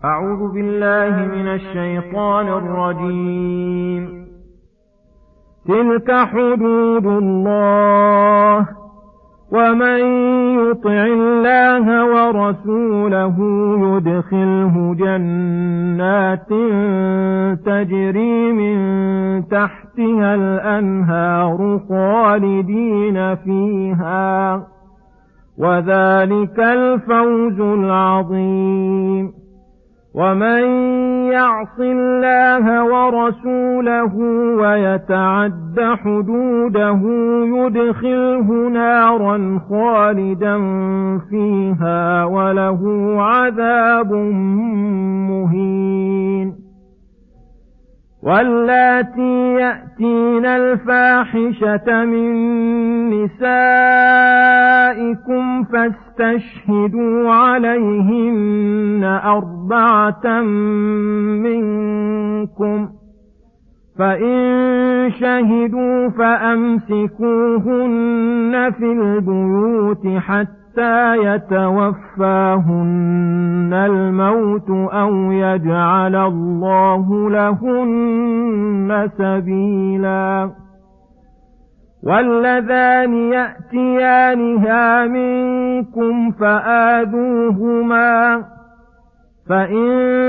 أعوذ بالله من الشيطان الرجيم. تلك حدود الله، ومن يطع الله ورسوله يدخله جنات تجري من تحتها الأنهار خالدين فيها، وذلك الفوز العظيم. ومن يعص الله ورسوله ويتعد حدوده يدخله نارا خالدا فيها وله عذاب مهين. واللاتي يأتين الفاحشة من نسائكم فاستشهدوا عليهن 4 منكم، فإن شهدوا فأمسكوهن في البيوت حتى يتوفاهن الموت أو يجعل الله لهن سبيلا. واللذان يأتيانها منكم فآذوهما، فإن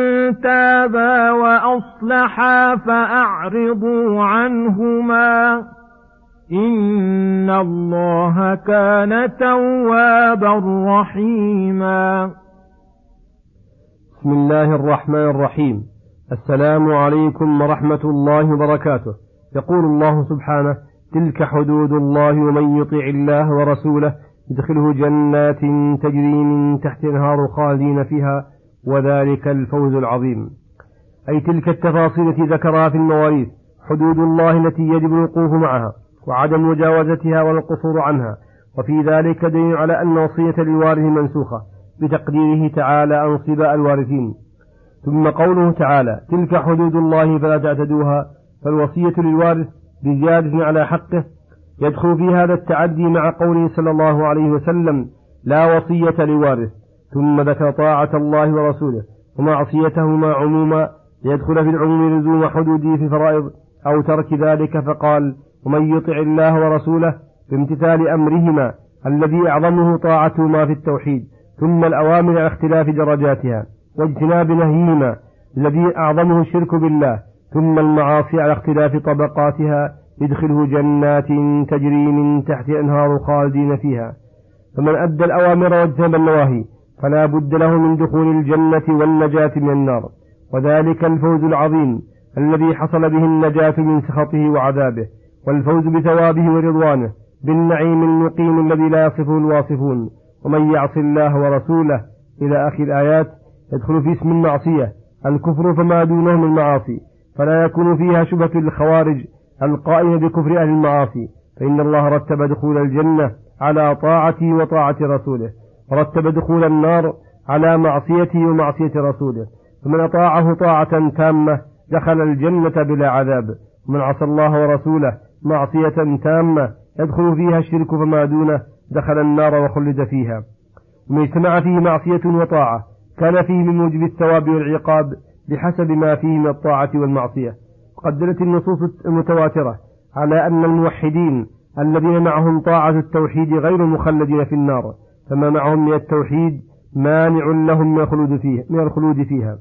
تابا وأصلحا فأعرضوا عنهما، إن الله كان توابا رحيما. بسم الله الرحمن الرحيم. السلام عليكم ورحمة الله وبركاته. يقول الله سبحانه: تلك حدود الله، ومن يطع الله ورسوله يدخله جنات تجري من تحت الأنهار خالدين فيها، وذلك الفوز العظيم. أي تلك التفاصيل التي ذكرها في المواريث حدود الله التي يجب الوقوف معها وعدم مجاوزتها والقصور عنها. وفي ذلك دليل على أن وصية للوارث منسوخة بتقديره تعالى أنصباء الوارثين. ثم قوله تعالى: تلك حدود الله فلا تعتدوها، فالوصية للوارث بزيادة على حقه يدخل في هذا التعدي مع قوله صلى الله عليه وسلم: لا وصية لوارث. ثم ذكر طاعة الله ورسوله ومعصيتهما عموما يدخل في العموم لزوم حدوده في الفرائض أو ترك ذلك، فقال: ومن يطع الله ورسوله بامتثال أمرهما الذي أعظمه طاعتهما في التوحيد، ثم الأوامر على اختلاف درجاتها، واجتناب نهيهما الذي أعظمه الشرك بالله، ثم المعاصي على اختلاف طبقاتها، يدخله جنات تجري من تحت أنهار خالدين فيها. فمن أدى الأوامر واجتنب النواهي فلا بد له من دخول الجنة والنجاة من النار، وذلك الفوز العظيم الذي حصل به النجاة من سخطه وعذابه، والفوز بثوابه ورضوانه، بالنعيم المقيم الذي لا يصفه الواصفون. ومن يعص الله ورسوله إلى آخر الآيات يدخل في اسم المعصية الكفر فما دونه من المعاصي، فلا يكون فيها شبهة الخوارج القائمة بكفر أهل المعاصي، فإن الله رتب دخول الجنة على طاعته وطاعة رسوله، ورتب دخول النار على معصيته ومعصية رسوله. فمن أطاعه طاعة تامة دخل الجنة بلا عذاب، ومن عصى الله ورسوله معصية تامة يدخل فيها الشرك فما دونه دخل النار وخلد فيها. ومن اجتمع فيه معصية وطاعة كان فيه من موجب الثواب والعقاب بحسب ما فيه من الطاعة والمعصية. وقد دلت النصوص المتواترة على أن الموحدين الذين معهم طاعة التوحيد غير مخلدين في النار، فما معهم من التوحيد مانع لهم من الخلود فيها.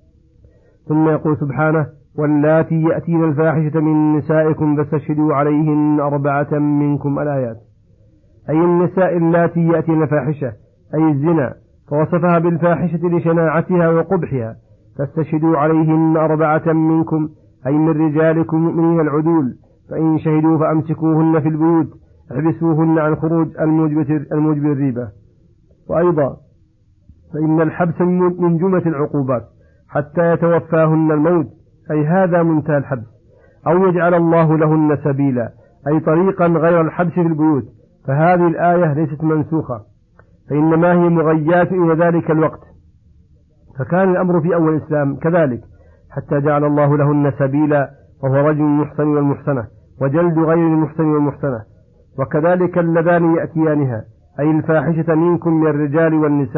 ثم يقول سبحانه: واللاتي يأتين الفاحشة من نسائكم فاستشهدوا عليهن 4 منكم. الآيات. أي النساء اللاتي يأتين الفاحشة أي الزنا، فوصفها بالفاحشة لشناعتها وقبحها، فاستشهدوا عليهن 4 منكم أي من رجالكم مؤمنين العدول، فإن شهدوا فأمسكوهن في البيوت احبسوهن عن خروج الموجب الريبة. وأيضا فإن الحبس من جملة العقوبات حتى يتوفاهن الموت، أي هذا منتهى الحبس، أو يجعل الله لهن سبيلا أي طريقا غير الحبس في البيوت. فهذه الآية ليست منسوخة، فإنما هي مغيات إلى ذلك الوقت، فكان الأمر في أول الإسلام كذلك، حتى جعل الله لهن سبيلا، وهو رجل المحسن والمحسنة، وجلد غير المحسن والمحسنة. وكذلك اللذان يأتيانها أي الفاحشة منكم من الرجال والنساء،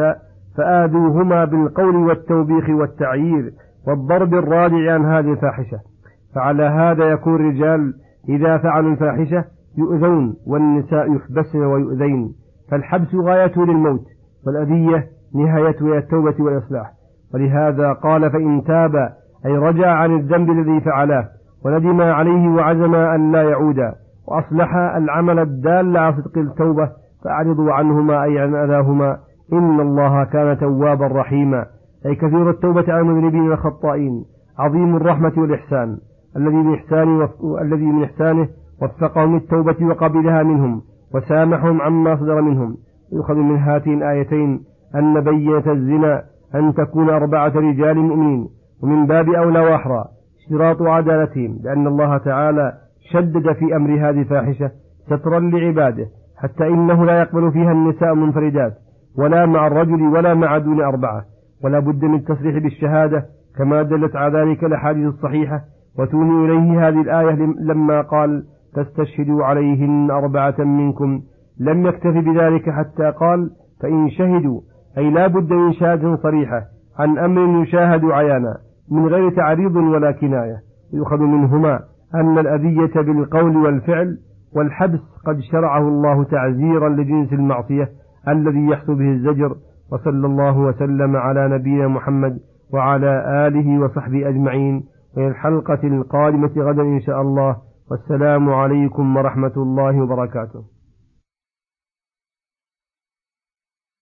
فآذوهما بالقول والتوبيخ والتعيير والضرب الرادع عن هذه الفاحشة. فعلى هذا يكون الرجال إذا فعلوا الفاحشة يؤذون، والنساء يحبسن ويؤذين، فالحبس غايته للموت، والأذية نهايته إلى التوبة والإصلاح. ولهذا قال فإن تاب أي رجع عن الذنب الذي فعله وندم عليه وعزم أن لا يعودا وأصلح العمل الدال على صدق التوبة فأعرضوا عنهما أي عن أذاهما، إن الله كان توابا رحيما، أي كثير التوبة عن المذنبين والخطائين، عظيم الرحمة والإحسان، الذي من إحسانه وفقهم التوبة وقبلها منهم وسامحهم عما صدر منهم. يؤخذ من هاتين الآيتين أن بينة الزنا أن تكون 4 رجال مؤمنين، ومن باب أولى وأحرى اشتراط عدالتهم، لأن الله تعالى شدد في أمر هذه الفاحشة سترا لعباده، حتى إنه لا يقبل فيها النساء منفردات ولا مع الرجل ولا مع دون 4، ولا بد من التصريح بالشهادة كما دلت على ذلك الأحاديث الصحيحة. وتوني إليه هذه الآية لما قال تستشهدوا عليهن 4 منكم، لم يكتف بذلك حتى قال فإن شهدوا، أي لا بد من شهادة صريحة عن أمر يشاهد عيانا من غير تعريض ولا كناية. يؤخذ منهما أن الأذية بالقول والفعل والحبس قد شرعه الله تعزيرا لجنس المعصية الذي يحصل به الزجر. وصلى الله وسلم على نبينا محمد وعلى آله وصحبه أجمعين، وإلى الحلقة القادمة غدا إن شاء الله، والسلام عليكم ورحمة الله وبركاته.